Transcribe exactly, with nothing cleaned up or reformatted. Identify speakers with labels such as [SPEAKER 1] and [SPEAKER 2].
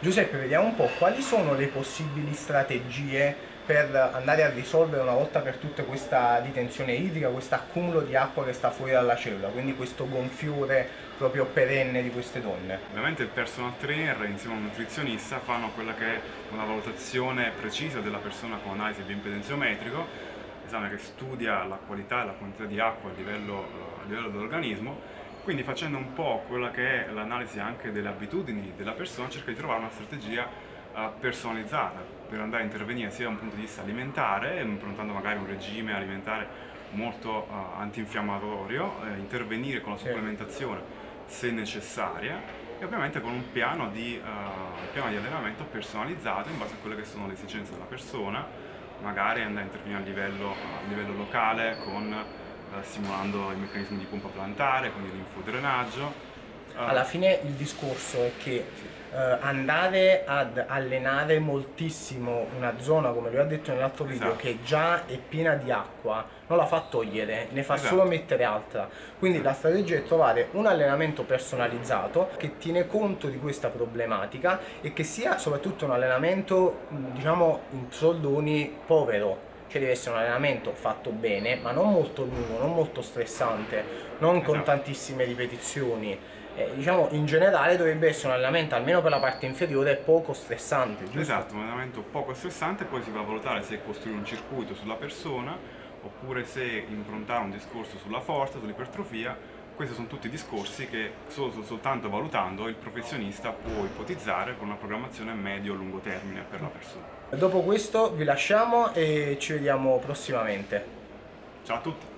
[SPEAKER 1] Giuseppe, vediamo un po' quali sono le possibili strategie per andare a risolvere una volta per tutte questa ritenzione idrica, questo accumulo di acqua che sta fuori dalla cellula, quindi questo gonfiore proprio perenne di queste donne.
[SPEAKER 2] Ovviamente il personal trainer insieme a un nutrizionista fanno quella che è una valutazione precisa della persona con analisi bioimpedenziometrico, esame che studia la qualità e la quantità di acqua a livello, a livello dell'organismo. Quindi facendo un po' quella che è l'analisi anche delle abitudini della persona, cerca di trovare una strategia uh, personalizzata per andare a intervenire sia da un punto di vista alimentare, improntando magari un regime alimentare molto uh, antinfiammatorio, eh, intervenire con la supplementazione se necessaria e ovviamente con un piano di, uh, un piano di allenamento personalizzato in base a quelle che sono le esigenze della persona, magari andare a intervenire a livello, a livello locale con simulando i meccanismi di pompa plantare, quindi l'infodrenaggio.
[SPEAKER 1] Alla fine il discorso è che eh, andare ad allenare moltissimo una zona, come lui ha detto nell'altro video,
[SPEAKER 2] esatto,
[SPEAKER 1] che già è piena di acqua, non la fa togliere, ne fa
[SPEAKER 2] esatto,
[SPEAKER 1] solo mettere altra. Quindi esatto, la strategia è trovare un allenamento personalizzato che tiene conto di questa problematica e che sia soprattutto un allenamento, diciamo, in soldoni povero. Cioè deve essere un allenamento fatto bene, ma non molto lungo, non molto stressante, non
[SPEAKER 2] esatto,
[SPEAKER 1] con tantissime ripetizioni. Eh, diciamo in generale dovrebbe essere un allenamento, almeno per la parte inferiore, poco stressante, giusto?
[SPEAKER 2] esatto, un allenamento poco stressante, poi si va a valutare se costruire un circuito sulla persona oppure se improntare un discorso sulla forza, sull'ipertrofia. Questi sono tutti discorsi che solo, soltanto valutando il professionista può ipotizzare con una programmazione medio-lungo termine per la persona.
[SPEAKER 1] Dopo questo vi lasciamo e ci vediamo prossimamente.
[SPEAKER 2] Ciao a tutti!